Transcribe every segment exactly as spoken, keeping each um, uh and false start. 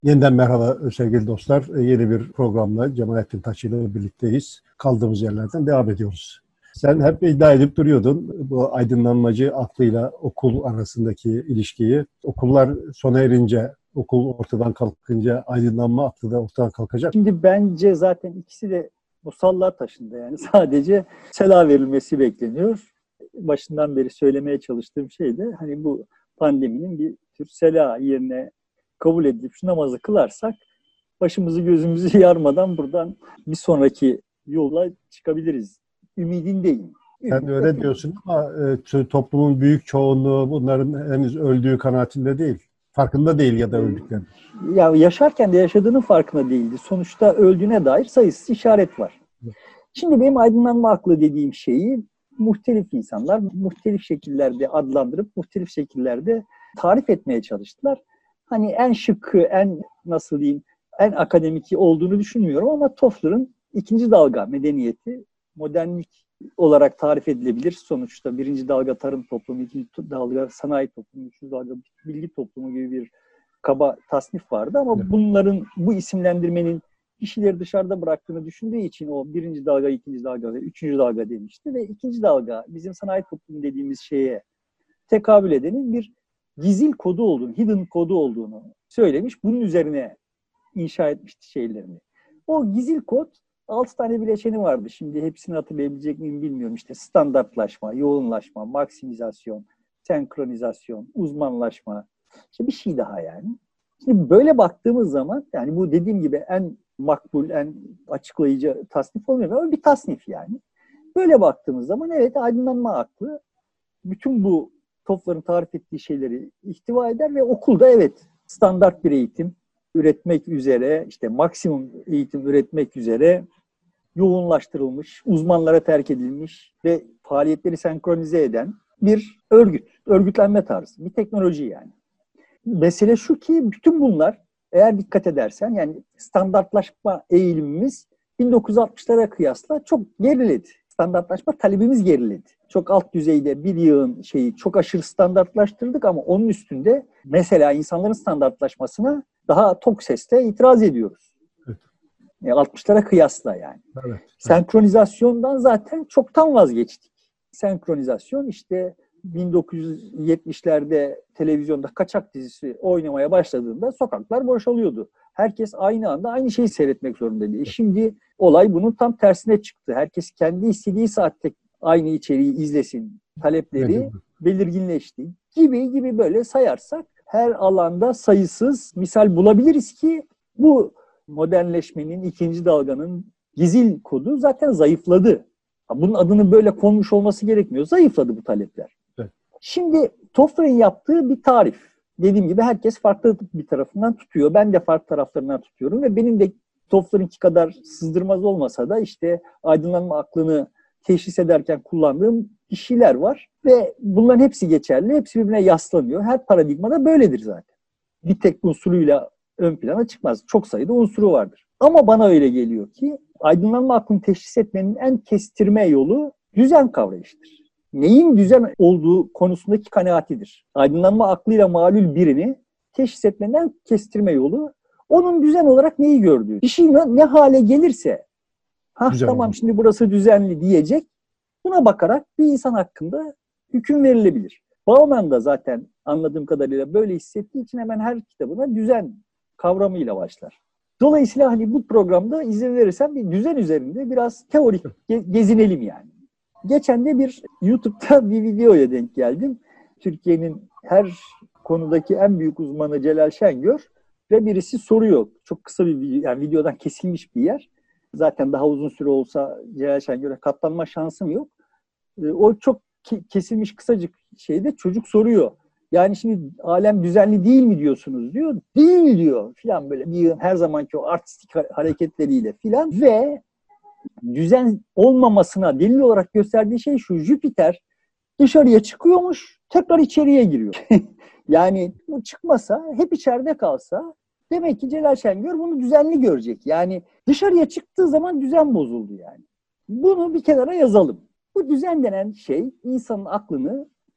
Yeniden merhaba sevgili dostlar. Yeni bir programla Cemalettin Taş ile birlikteyiz. Kaldığımız yerlerden devam ediyoruz. Sen hep iddia edip duruyordun bu aydınlanmacı aklıyla okul arasındaki ilişkiyi. Okullar sona erince, okul ortadan kalkınca aydınlanma aklı da ortadan kalkacak. Şimdi bence zaten ikisi de musallat taşında, yani sadece sela verilmesi bekleniyor. Başından beri söylemeye çalıştığım şey de hani bu pandeminin bir tür sela yerine kabul edilip şu namazı kılarsak başımızı gözümüzü yarmadan buradan bir sonraki yola çıkabiliriz. Ümidindeyim. Sen öyle diyorsun ama e, toplumun büyük çoğunluğu bunların henüz öldüğü kanaatinde değil. Farkında değil ya da öldüklerini. Ya yaşarken de yaşadığının farkında değildi. Sonuçta öldüğüne dair sayısız işaret var. Evet. Şimdi benim aydınlanma aklı dediğim şeyi muhtelif insanlar muhtelif şekillerde adlandırıp muhtelif şekillerde tarif etmeye çalıştılar. Hani en şıkkı, en nasıl diyeyim, en akademik olduğunu düşünmüyorum ama Toffler'ın ikinci dalga medeniyeti, modernlik olarak tarif edilebilir. Sonuçta birinci dalga tarım toplumu, ikinci dalga sanayi toplumu, üçüncü dalga bilgi toplumu gibi bir kaba tasnif vardı ama evet, bunların, bu isimlendirmenin kişileri dışarıda bıraktığını düşündüğü için o birinci dalga, ikinci dalga ve üçüncü dalga demişti ve ikinci dalga bizim sanayi toplumu dediğimiz şeye tekabül edenin bir gizil kodu olduğunu, hidden kodu olduğunu söylemiş. Bunun üzerine inşa etmişti şeylerini. O gizil kod altı tane bileşeni vardı. Şimdi hepsini hatırlayabilecek miyim bilmiyorum. İşte standartlaşma, yoğunlaşma, maksimizasyon, senkronizasyon, uzmanlaşma. İşte bir şey daha yani. Şimdi böyle baktığımız zaman yani bu dediğim gibi en makbul, en açıklayıcı tasnif olmuyor ama bir tasnif yani. Böyle baktığımız zaman evet, aydınlanma aklı bütün bu Toffler'ın tarif ettiği şeyleri ihtiva eder ve okulda evet standart bir eğitim üretmek üzere, işte maksimum eğitim üretmek üzere yoğunlaştırılmış, uzmanlara terk edilmiş ve faaliyetleri senkronize eden bir örgüt, örgütlenme tarzı, bir teknoloji yani. Mesele şu ki bütün bunlar eğer dikkat edersen yani standartlaşma eğilimimiz bin dokuz yüz altmışlara kıyasla çok geriledi. Standartlaşma talebimiz geriledi. Çok alt düzeyde bir yığın şeyi çok aşırı standartlaştırdık ama onun üstünde mesela insanların standartlaşmasına daha tok sesle itiraz ediyoruz. Evet. Yani altmışlara kıyasla yani. Evet. Senkronizasyondan zaten çoktan vazgeçtik. Senkronizasyon işte bin dokuz yüz yetmişlerde televizyonda kaçak dizisi oynamaya başladığında sokaklar boşalıyordu. Herkes aynı anda aynı şeyi seyretmek zorundaydı. Evet. Şimdi olay bunun tam tersine çıktı. Herkes kendi istediği saatte aynı içeriği izlesin. Talepleri evet, belirginleşti. Gibi gibi böyle sayarsak her alanda sayısız misal bulabiliriz ki bu modernleşmenin, ikinci dalganın gizil kodu zaten zayıfladı. Bunun adının böyle konmuş olması gerekmiyor. Zayıfladı bu talepler. Evet. Şimdi Toffler'ın yaptığı bir tarif. Dediğim gibi herkes farklı bir tarafından tutuyor. Ben de farklı taraflarından tutuyorum ve benim de Toffler'ınki kadar sızdırmaz olmasa da işte aydınlanma aklını teşhis ederken kullandığım kişiler var ve bunların hepsi geçerli. Hepsi birbirine yaslanıyor. Her paradigmada böyledir zaten. Bir tek unsuruyla ön plana çıkmaz. Çok sayıda unsuru vardır. Ama bana öyle geliyor ki aydınlanma aklını teşhis etmenin en kestirme yolu düzen kavrayışıdır. Neyin düzen olduğu konusundaki kanaatidir. Aydınlanma aklıyla malul birini teşhis etmenin en kestirme yolu onun düzen olarak neyi gördüğü. Bir şey ne, ne hale gelirse ha tamam oldu, şimdi burası düzenli diyecek. Buna bakarak bir insan hakkında hüküm verilebilir. Bauman da zaten anladığım kadarıyla böyle hissettiği için hemen her kitabına düzen kavramıyla başlar. Dolayısıyla hani bu programda izin verirsen bir düzen üzerinde biraz teorik ge- gezinelim yani. Geçen de bir YouTube'da bir videoya denk geldim. Türkiye'nin her konudaki en büyük uzmanı Celal Şengör ve birisi soruyor. Çok kısa bir video, yani videodan kesilmiş bir yer. Zaten daha uzun süre olsa Celal Şengör'e katlanma şansım yok. O çok kesilmiş kısacık şeyde çocuk soruyor. Yani şimdi alem düzenli değil mi diyorsunuz diyor. Değil diyor filan, böyle bir her zamanki o artistik hareketleriyle filan ve düzen olmamasına delil olarak gösterdiği şey şu: Jüpiter dışarıya çıkıyormuş, tekrar içeriye giriyor. Yani bu çıkmasa, hep içeride kalsa demek ki Celal Şengör bunu düzenli görecek. Yani dışarıya çıktığı zaman düzen bozuldu yani. Bunu bir kenara yazalım. Bu düzen denen şey insanın aklını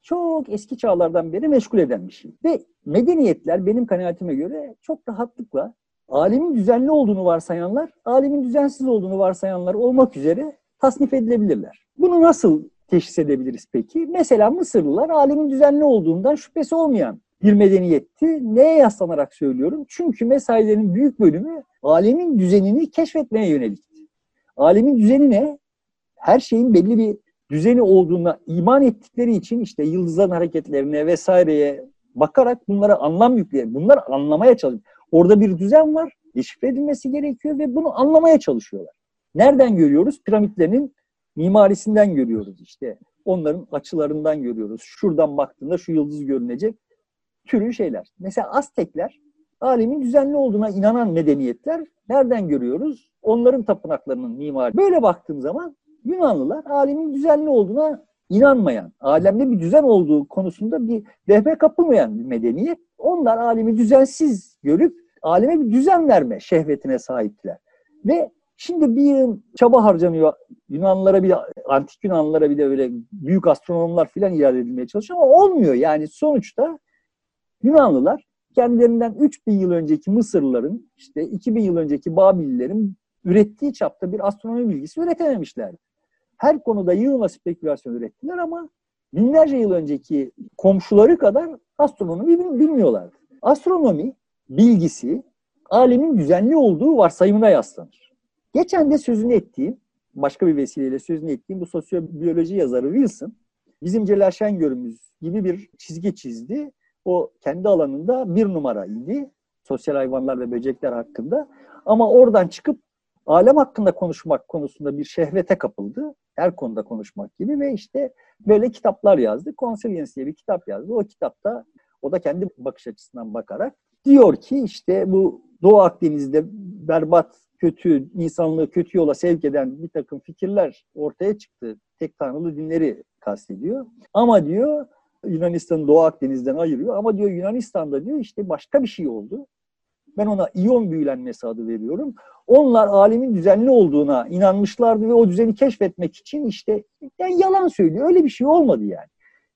çok eski çağlardan beri meşgul eden bir şey. Ve medeniyetler benim kanaatime göre çok rahatlıkla alemin düzenli olduğunu varsayanlar, alemin düzensiz olduğunu varsayanlar olmak üzere tasnif edilebilirler. Bunu nasıl teşhis edebiliriz peki? Mesela Mısırlılar alemin düzenli olduğundan şüphesi olmayan bir medeniyetti. Neye yaslanarak söylüyorum? Çünkü mesailerin büyük bölümü alemin düzenini keşfetmeye yönelikti. Alemin düzeni ne? Her şeyin belli bir düzeni olduğuna iman ettikleri için işte yıldızların hareketlerine vesaireye bakarak bunlara anlam yükleyen, bunları anlamaya çalışıyor. Orada bir düzen var, deşifre edilmesi gerekiyor ve bunu anlamaya çalışıyorlar. Nereden görüyoruz? Piramitlerin mimarisinden görüyoruz işte. Onların açılarından görüyoruz. Şuradan baktığında şu yıldız görünecek türü şeyler. Mesela Aztekler, alemin düzenli olduğuna inanan medeniyetler nereden görüyoruz? Onların tapınaklarının mimari. Böyle baktığım zaman Yunanlılar alemin düzenli olduğuna inanmayan, alemde bir düzen olduğu konusunda bir vehme kapılmayan bir medeniyet. Onlar alemi düzensiz görüp aleme bir düzen verme şehvetine sahiptiler. Ve şimdi bir yıl çaba harcanıyor Yunanlılara, bir de antik Yunanlılara bir de böyle büyük astronomlar filan icat edilmeye çalışıyor ama olmuyor. Yani sonuçta Yunanlılar kendilerinden üç bin yıl önceki Mısırlıların, işte iki bin yıl önceki Babillerin ürettiği çapta bir astronomi bilgisi üretememişlerdi. Her konuda yığınla spekülasyon ürettiler ama binlerce yıl önceki komşuları kadar astronomi bilmiyorlardı. Astronomi bilgisi alemin düzenli olduğu varsayımına yaslanır. Geçen de sözünü ettiğim, başka bir vesileyle sözünü ettiğim bu sosyobiyoloji yazarı Wilson, bizim Celal Şengör'ümüz gibi bir çizgi çizdi. O kendi alanında bir numara idi. Sosyal hayvanlar ve böcekler hakkında. Ama oradan çıkıp alem hakkında konuşmak konusunda bir şehvete kapıldı. Her konuda konuşmak gibi ve işte böyle kitaplar yazdı. Consilience diye bir kitap yazdı. O kitapta o da kendi bakış açısından bakarak diyor ki işte bu Doğu Akdeniz'de berbat, kötü, insanlığı kötü yola sevk eden bir takım fikirler ortaya çıktı. Tek tanrılı dinleri kastediyor. Ama diyor Yunanistan'ı Doğu Akdeniz'den ayırıyor. Ama diyor Yunanistan'da diyor işte başka bir şey oldu. Ben ona iyon büyülenmesi adı veriyorum. Onlar alemin düzenli olduğuna inanmışlardı ve o düzeni keşfetmek için işte yani yalan söylüyor. Öyle bir şey olmadı yani.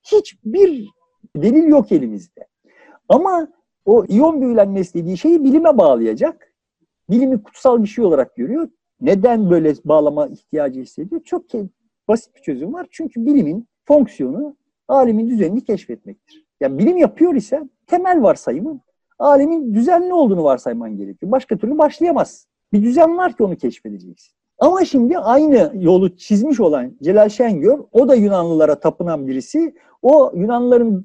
Hiçbir delil yok elimizde. Ama o iyon büyülenmesi dediği şeyi bilime bağlayacak. Bilimi kutsal bir şey olarak görüyor. Neden böyle bağlama ihtiyacı hissediyor? Çok basit bir çözüm var. Çünkü bilimin fonksiyonu alemin düzenini keşfetmektir. Yani bilim yapıyor ise temel varsayımın alemin düzenli olduğunu varsayman gerekiyor. Başka türlü başlayamaz. Bir düzen var ki onu keşfedeceksin. Ama şimdi aynı yolu çizmiş olan Celal Şengör, o da Yunanlılara tapınan birisi. O Yunanlıların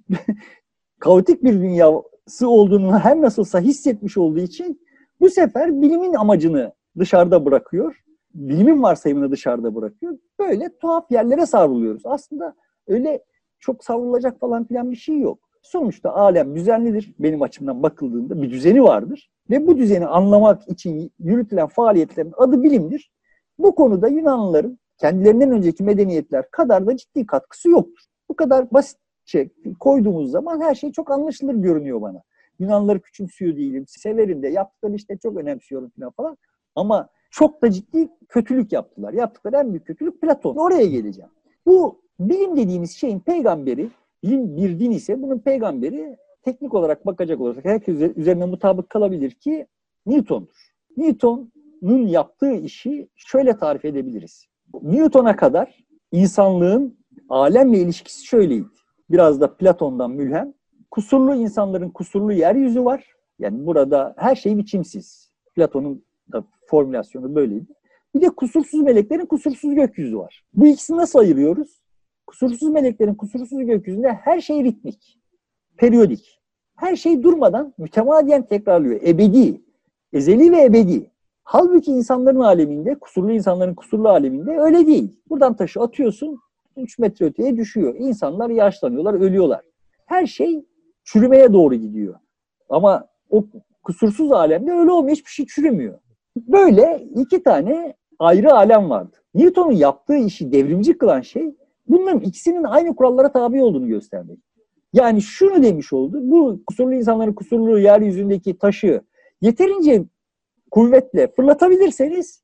kaotik bir dünyası olduğunu her nasılsa hissetmiş olduğu için bu sefer bilimin amacını dışarıda bırakıyor. Bilimin varsayımını dışarıda bırakıyor. Böyle tuhaf yerlere savruluyoruz. Aslında öyle çok savrulacak falan filan bir şey yok. Sonuçta alem düzenlidir. Benim açımdan bakıldığında bir düzeni vardır. Ve bu düzeni anlamak için yürütülen faaliyetlerin adı bilimdir. Bu konuda Yunanlıların kendilerinden önceki medeniyetler kadar da ciddi katkısı yoktur. Bu kadar basitçe koyduğumuz zaman her şey çok anlaşılır görünüyor bana. Yunanlıları küçümsüyor değilim. Severim de yaptıkları işte çok önemsiyorum falan falan. Ama çok da ciddi kötülük yaptılar. Yaptıkları en büyük kötülük Platon. Oraya geleceğim. Bu bilim dediğimiz şeyin peygamberi, bilim bir din ise bunun peygamberi teknik olarak bakacak olursak herkes üzerine mutabık kalabilir ki Newton'dur. Newton'un yaptığı işi şöyle tarif edebiliriz. Newton'a kadar insanlığın alemle ilişkisi şöyleydi. Biraz da Platon'dan mülhem. Kusurlu insanların kusurlu yeryüzü var. Yani burada her şey biçimsiz. Platon'un da formülasyonu böyleydi. Bir de kusursuz meleklerin kusursuz gökyüzü var. Bu ikisini nasıl ayırıyoruz? Kusursuz meleklerin kusursuz gökyüzünde her şey ritmik, periyodik. Her şey durmadan mütemadiyen tekrarlıyor. Ebedi, ezeli ve ebedi. Halbuki insanların aleminde, kusurlu insanların kusurlu aleminde öyle değil. Buradan taşı atıyorsun, üç metre öteye düşüyor. İnsanlar yaşlanıyorlar, ölüyorlar. Her şey çürümeye doğru gidiyor. Ama o kusursuz alemde öyle olmuyor, hiçbir şey çürümüyor. Böyle iki tane ayrı alem vardı. Newton'un yaptığı işi devrimci kılan şey, bunların ikisinin aynı kurallara tabi olduğunu göstermek. Yani şunu demiş oldu, bu kusurlu insanların kusurlu yeryüzündeki taşı yeterince kuvvetle fırlatabilirseniz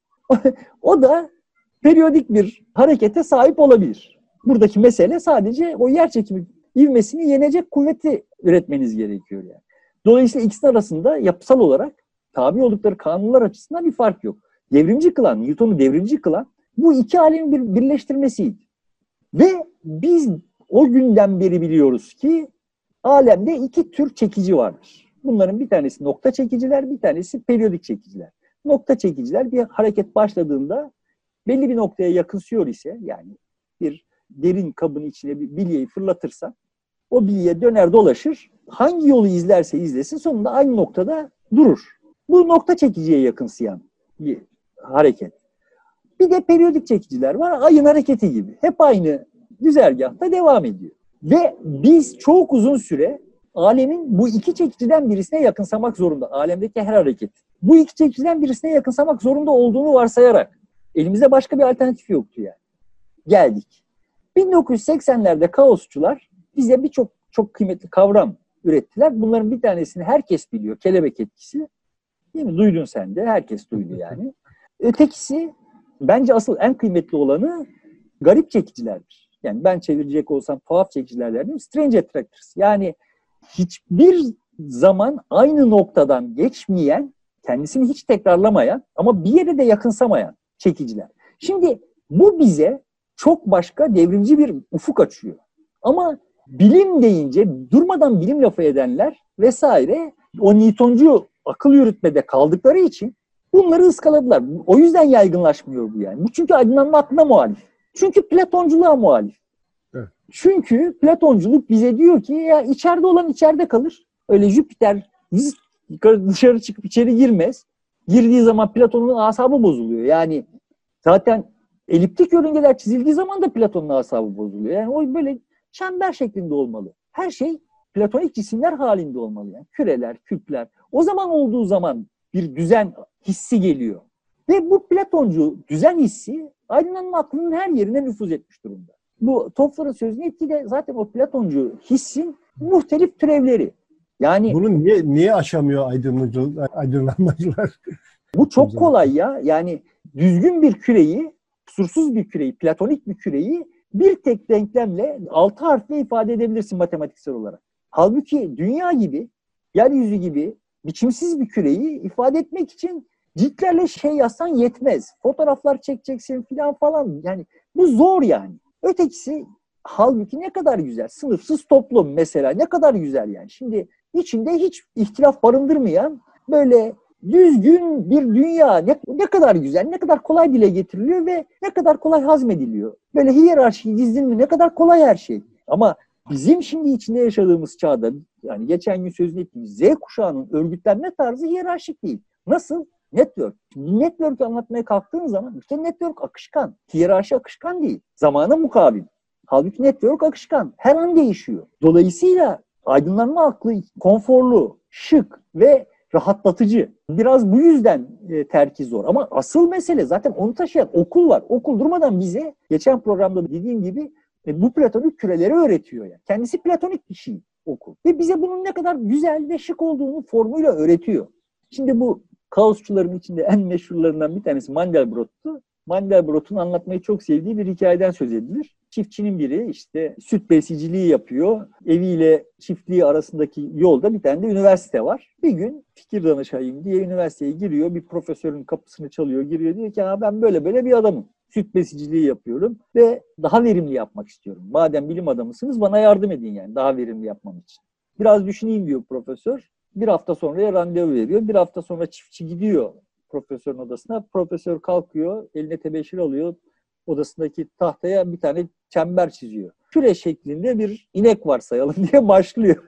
o da periyodik bir harekete sahip olabilir. Buradaki mesele sadece o yer çekimi ivmesini yenecek kuvveti üretmeniz gerekiyor yani. Dolayısıyla ikisinin arasında yapısal olarak tabi oldukları kanunlar açısından bir fark yok. Devrimci kılan, Newton'u devrimci kılan bu iki alemin bir birleştirmesiydi. Ve biz o günden beri biliyoruz ki alemde iki tür çekici vardır. Bunların bir tanesi nokta çekiciler, bir tanesi periyodik çekiciler. Nokta çekiciler bir hareket başladığında belli bir noktaya yakınsıyor ise, yani bir derin kabın içine bir bilyeyi fırlatırsa o bilye döner dolaşır, hangi yolu izlerse izlesin sonunda aynı noktada durur. Bu nokta çekiciye yakınsayan bir hareket. Bir de periyodik çekiciler var, ayın hareketi gibi. Hep aynı güzergahta devam ediyor. Ve biz çok uzun süre alemin bu iki çekiciden birisine yakınsamak zorunda. Alemdeki her hareket. Bu iki çekiciden birisine yakınsamak zorunda olduğunu varsayarak, elimizde başka bir alternatif yoktu yani. Geldik. bin dokuz yüz seksenlerde kaosçular bize birçok çok kıymetli kavram ürettiler. Bunların bir tanesini herkes biliyor. Kelebek etkisi. Değil mi? Duydun sen de. Herkes duydu yani. Ötekisi, bence asıl en kıymetli olanı garip çekicilerdir. Yani ben çevirecek olsam tuhaf çekiciler derdim. Strange attractors. Yani hiçbir zaman aynı noktadan geçmeyen, kendisini hiç tekrarlamayan ama bir yere de yakınsamayan çekiciler. Şimdi bu bize çok başka devrimci bir ufuk açıyor. Ama bilim deyince durmadan bilim lafı edenler vesaire o Newtoncu akıl yürütmede kaldıkları için bunları ıskaladılar. O yüzden yaygınlaşmıyor bu yani. Bu çünkü aydınlanma aklına muhalif. Çünkü Platonculuğa muhalif. Evet. Çünkü Platonculuk bize diyor ki ya içeride olan içeride kalır. Öyle Jüpiter dışarı çıkıp içeri girmez. Girdiği zaman Platon'un asabı bozuluyor. Yani zaten eliptik yörüngeler çizildiği zaman da Platon'un asabı bozuluyor. Yani o böyle çember şeklinde olmalı. Her şey platonik cisimler halinde olmalı. Yani küreler, küpler. O zaman olduğu zaman bir düzen hissi geliyor. Ve bu Platoncu düzen hissi aydınlanma aklının her yerine nüfuz etmiş durumda. Bu Toffler'ın sözünü etkile zaten o Platoncu hissin muhtelif türevleri. Yani bunu niye niye aşamıyor aydınlıcı, aydınlanmacılar? Bu çok kolay ya. Yani düzgün bir küreyi, kusursuz bir küreyi, platonik bir küreyi bir tek denklemle altı harfle ifade edebilirsin matematiksel olarak. Halbuki dünya gibi, yeryüzü gibi biçimsiz bir küreyi ifade etmek için ciltlerle şey yazsan yetmez. Fotoğraflar çekeceksin filan falan. Yani bu zor yani. Ötekisi halbuki ne kadar güzel. Sınıfsız toplum mesela ne kadar güzel yani. Şimdi içinde hiç ihtilaf barındırmayan böyle düzgün bir dünya ne, ne kadar güzel, ne kadar kolay dile getiriliyor ve ne kadar kolay hazmediliyor. Böyle hiyerarşi dizdin mi ne kadar kolay her şey. Ama bizim şimdi içinde yaşadığımız çağda, yani geçen gün sözünü ettiğimiz Z kuşağının örgütlenme tarzı hiyerarşik değil. Nasıl? Network. Network'ü anlatmaya kalktığın zaman işte network akışkan. Hiyerarşi akışkan değil. Zamana mukabil. Halbuki network akışkan. Her an değişiyor. Dolayısıyla aydınlanma aklı konforlu, şık ve rahatlatıcı. Biraz bu yüzden e, terki zor. Ama asıl mesele zaten onu taşıyan okul var. Okul durmadan bize geçen programda dediğim gibi e, bu platonik küreleri öğretiyor. Yani. Kendisi platonik bir şey okul. Ve bize bunun ne kadar güzel ve şık olduğunu formuyla öğretiyor. Şimdi bu kaosçuların içinde en meşhurlarından bir tanesi Mandelbrot'tu. Mandelbrot'un anlatmayı çok sevdiği bir hikayeden söz edilir. Çiftçinin biri işte süt besiciliği yapıyor. Eviyle çiftliği arasındaki yolda bir tane de üniversite var. Bir gün fikir danışayım diye üniversiteye giriyor. Bir profesörün kapısını çalıyor, giriyor. Diyor ki ha, ben böyle böyle bir adamım. Süt besiciliği yapıyorum ve daha verimli yapmak istiyorum. Madem bilim adamısınız bana yardım edin yani daha verimli yapmam için. Biraz düşüneyim diyor profesör. Bir hafta sonraya randevu veriyor. Bir hafta sonra çiftçi gidiyor profesörün odasına. Profesör kalkıyor, eline tebeşir alıyor. Odasındaki tahtaya bir tane çember çiziyor. Küre şeklinde bir inek varsayalım diye başlıyor.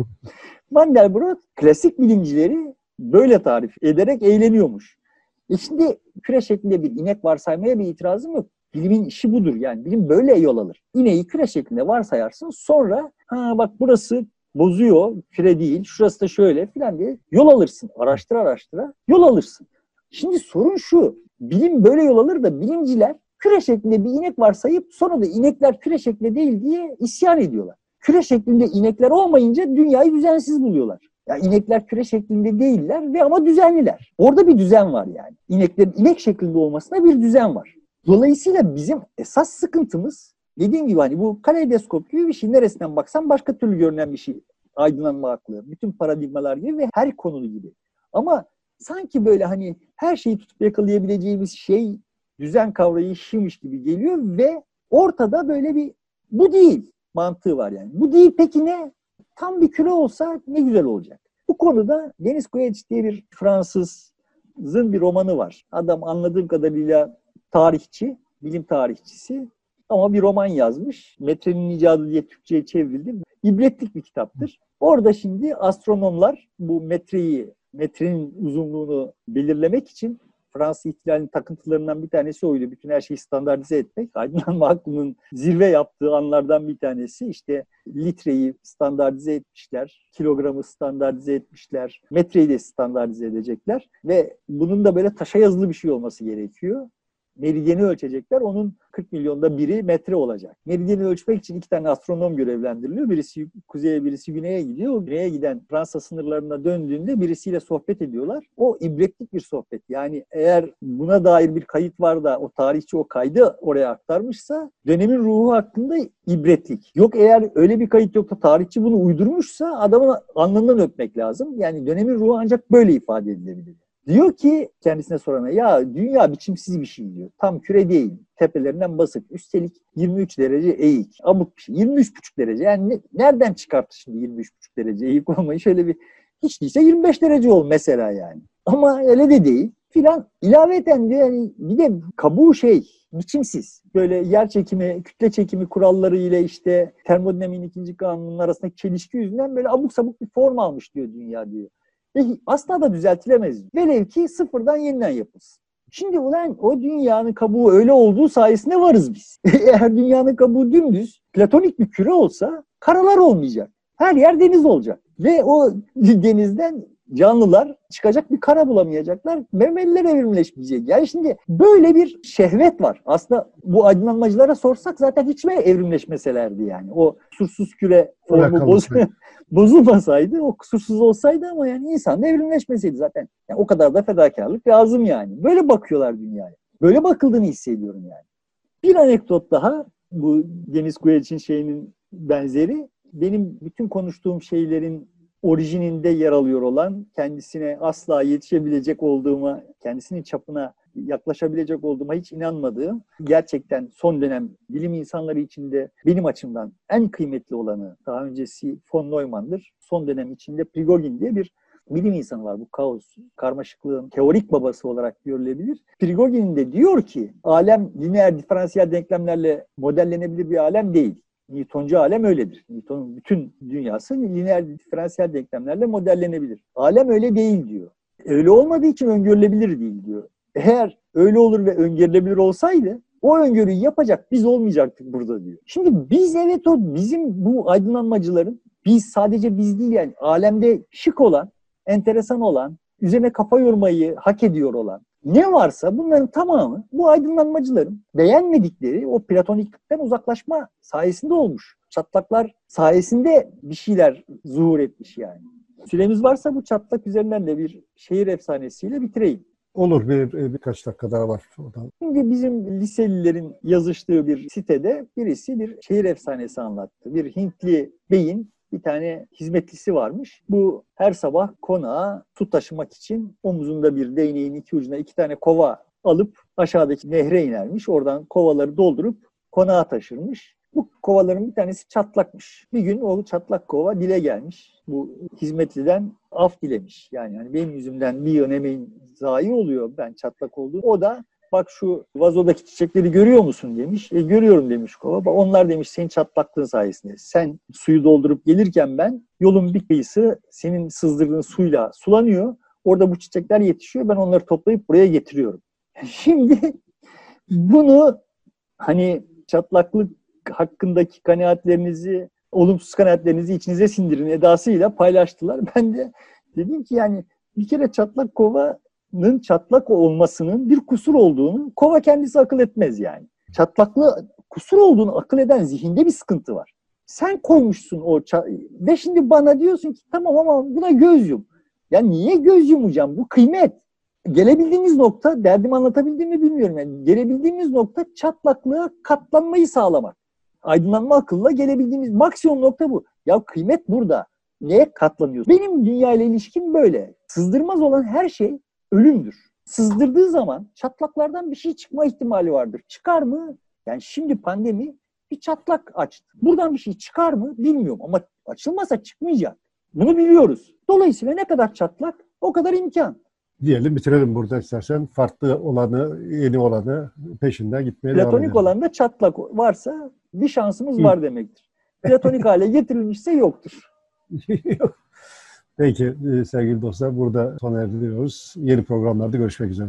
Mandelbrot klasik bilimcileri böyle tarif ederek eğleniyormuş. E şimdi küre şeklinde bir inek varsaymaya bir itirazım yok. Bilimin işi budur yani. Bilim böyle yol alır. İneği küre şeklinde varsayarsın. Sonra ha bak burası bozuyor, küre değil, şurası da şöyle filan diye yol alırsın. Araştıra araştıra yol alırsın. Şimdi sorun şu, bilim böyle yol alır da bilimciler küre şeklinde bir inek varsayıp sonra da inekler küre şeklinde değil diye isyan ediyorlar. Küre şeklinde inekler olmayınca dünyayı düzensiz buluyorlar. Yani inekler küre şeklinde değiller ve ama düzenliler. Orada bir düzen var yani. İneklerin inek şeklinde olmasına bir düzen var. Dolayısıyla bizim esas sıkıntımız dediğim gibi hani bu kaleidoskop gibi bir şey. Neresinden baksan başka türlü görünen bir şey. Aydınlanma aklı. Bütün paradigmalar gibi ve her konu gibi. Ama sanki böyle hani her şeyi tutup yakalayabileceğimiz şey düzen kavrayışıymış gibi geliyor ve ortada böyle bir bu değil mantığı var yani. Bu değil peki ne? Tam bir küre olsa ne güzel olacak. Bu konuda Denis Guaitz diye bir Fransızın bir romanı var. Adam anladığım kadarıyla tarihçi, bilim tarihçisi ama bir roman yazmış. Metrenin icadı diye Türkçe'ye çevrildi. İbretlik bir kitaptır. Orada şimdi astronomlar bu metreyi, metrenin uzunluğunu belirlemek için Fransız ihtilalinin takıntılarından bir tanesi oydu. Bütün her şeyi standartize etmek. Aydınlanma aklının zirve yaptığı anlardan bir tanesi. İşte litreyi standartize etmişler, kilogramı standartize etmişler, metreyi de standartize edecekler. Ve bunun da böyle taşa yazılı bir şey olması gerekiyor. Meridyeni ölçecekler. Onun kırk milyonda biri metre olacak. Meridyeni ölçmek için iki tane astronom görevlendiriliyor. Birisi kuzeye, birisi güneye gidiyor. Güneye giden Fransa sınırlarına döndüğünde birisiyle sohbet ediyorlar. O ibretlik bir sohbet. Yani eğer buna dair bir kayıt var da o tarihçi o kaydı oraya aktarmışsa dönemin ruhu hakkında ibretlik. Yok eğer öyle bir kayıt yok da tarihçi bunu uydurmuşsa adamın alnından öpmek lazım. Yani dönemin ruhu ancak böyle ifade edilebilir. Diyor ki kendisine sorana ya dünya biçimsiz bir şey diyor. Tam küre değil. Tepelerinden basık. Üstelik yirmi üç derece eğik. Amuk bir şey. yirmi üç buçuk derece. Yani ne, nereden çıkarttı şimdi yirmi üç buçuk derece eğik olmayı? Şöyle bir hiç değilse yirmi beş derece ol mesela yani. Ama öyle de değil. Filan ilaveten diyor yani bir de kabuğu şey biçimsiz. Böyle yer çekimi, kütle çekimi kuralları ile işte termodinamiğin ikinci kanunun arasındaki çelişki yüzünden böyle abuk sabuk bir form almış diyor dünya diyor. Ve asla da düzeltilemez. Velev ki sıfırdan yeniden yapılsın. Şimdi ulan o dünyanın kabuğu öyle olduğu sayesinde varız biz. Eğer dünyanın kabuğu dümdüz, platonik bir küre olsa karalar olmayacak. Her yer deniz olacak. Ve o denizden canlılar çıkacak bir kara bulamayacaklar. Memeliler evrimleşmeyecek. Yani şimdi böyle bir şehvet var. Aslında bu aydınlanmacılara sorsak zaten hiç mi evrimleşmeselerdi yani. O kusursuz küre formu boz bozulmasaydı, o kusursuz olsaydı ama yani insan da evrimleşmeseydi zaten. Yani o kadar da fedakarlık lazım yani. Böyle bakıyorlar dünyaya. Böyle bakıldığını hissediyorum yani. Bir anekdot daha bu Denis Guaitz'in şeyinin benzeri. Benim bütün konuştuğum şeylerin orijininde yer alıyor olan, kendisine asla yetişebilecek olduğuma, kendisinin çapına yaklaşabilecek olduğuma hiç inanmadığım, gerçekten son dönem bilim insanları içinde benim açımdan en kıymetli olanı, daha öncesi von Neumann'dır. Son dönem içinde Prigogine diye bir bilim insanı var. Bu kaos, karmaşıklığın teorik babası olarak görülebilir. Prigogine de diyor ki, alem lineer diferansiyel denklemlerle modellenebilir bir alem değil. Newtoncu alem öyledir. Newton'un bütün dünyası lineer diferansiyel denklemlerle modellenebilir. Alem öyle değil diyor. Öyle olmadığı için öngörülebilir değil diyor. Eğer öyle olur ve öngörülebilir olsaydı o öngörüyü yapacak biz olmayacaktık burada diyor. Şimdi biz evet o bizim bu aydınlanmacıların biz sadece biz değil yani alemde şık olan, enteresan olan, üzerine kafa yormayı hak ediyor olan ne varsa bunların tamamı bu aydınlanmacıların beğenmedikleri o platoniklikten uzaklaşma sayesinde olmuş. Çatlaklar sayesinde bir şeyler zuhur etmiş yani. Süremiz varsa bu çatlak üzerinden de bir şehir efsanesiyle bitireyim. Olur, bir birkaç dakika daha var. Oradan. Şimdi bizim liselilerin yazıştığı bir sitede birisi bir şehir efsanesi anlattı. Bir Hintli beyin bir tane hizmetlisi varmış. Bu her sabah konağa su taşımak için omuzunda bir değneğin iki ucuna iki tane kova alıp aşağıdaki nehre inermiş. Oradan kovaları doldurup konağa taşırmış. Bu kovaların bir tanesi çatlakmış. Bir gün o çatlak kova dile gelmiş. Bu hizmetliden af dilemiş. Yani hani benim yüzümden bir yön emeğin zayi oluyor ben çatlak olduğum. O da bak şu vazodaki çiçekleri görüyor musun demiş. E, görüyorum demiş kova. Onlar demiş senin çatlaklığın sayesinde. Sen suyu doldurup gelirken ben yolun bir kıyısı senin sızdırdığın suyla sulanıyor. Orada bu çiçekler yetişiyor. Ben onları toplayıp buraya getiriyorum. Şimdi bunu hani çatlaklık hakkındaki kanaatlerinizi, olumsuz kanaatlerinizi içinize sindirin edasıyla paylaştılar. Ben de dedim ki yani bir kere çatlak kovanın çatlak olmasının bir kusur olduğunu kova kendisi akıl etmez yani. Çatlaklı kusur olduğunu akıl eden zihinde bir sıkıntı var. Sen koymuşsun o ça- ve şimdi bana diyorsun ki tamam ama buna göz yum. Ya niye göz yumacağım? Bu kıymet. Gelebildiğimiz nokta, derdimi anlatabildiğimi bilmiyorum yani. Gelebildiğimiz nokta çatlaklığa katlanmayı sağlamak. Aydınlanma akılla gelebildiğimiz maksimum nokta bu. Ya kıymet burada. Neye katlanıyoruz? Benim dünya ile ilişkim böyle. Sızdırmaz olan her şey ölümdür. Sızdırdığı zaman çatlaklardan bir şey çıkma ihtimali vardır. Çıkar mı? Yani şimdi pandemi bir çatlak açtı. Buradan bir şey çıkar mı bilmiyorum ama açılmasa çıkmayacak. Bunu biliyoruz. Dolayısıyla ne kadar çatlak o kadar imkan. Diyelim bitirelim burada istersen. Farklı olanı, yeni olanı peşinden gitmeye devam edelim. Platonik olanda çatlak varsa bir şansımız var demektir. Platonik hale getirilmişse yoktur. Peki sevgili dostlar, burada sona erdiriyoruz. Yeni programlarda görüşmek üzere.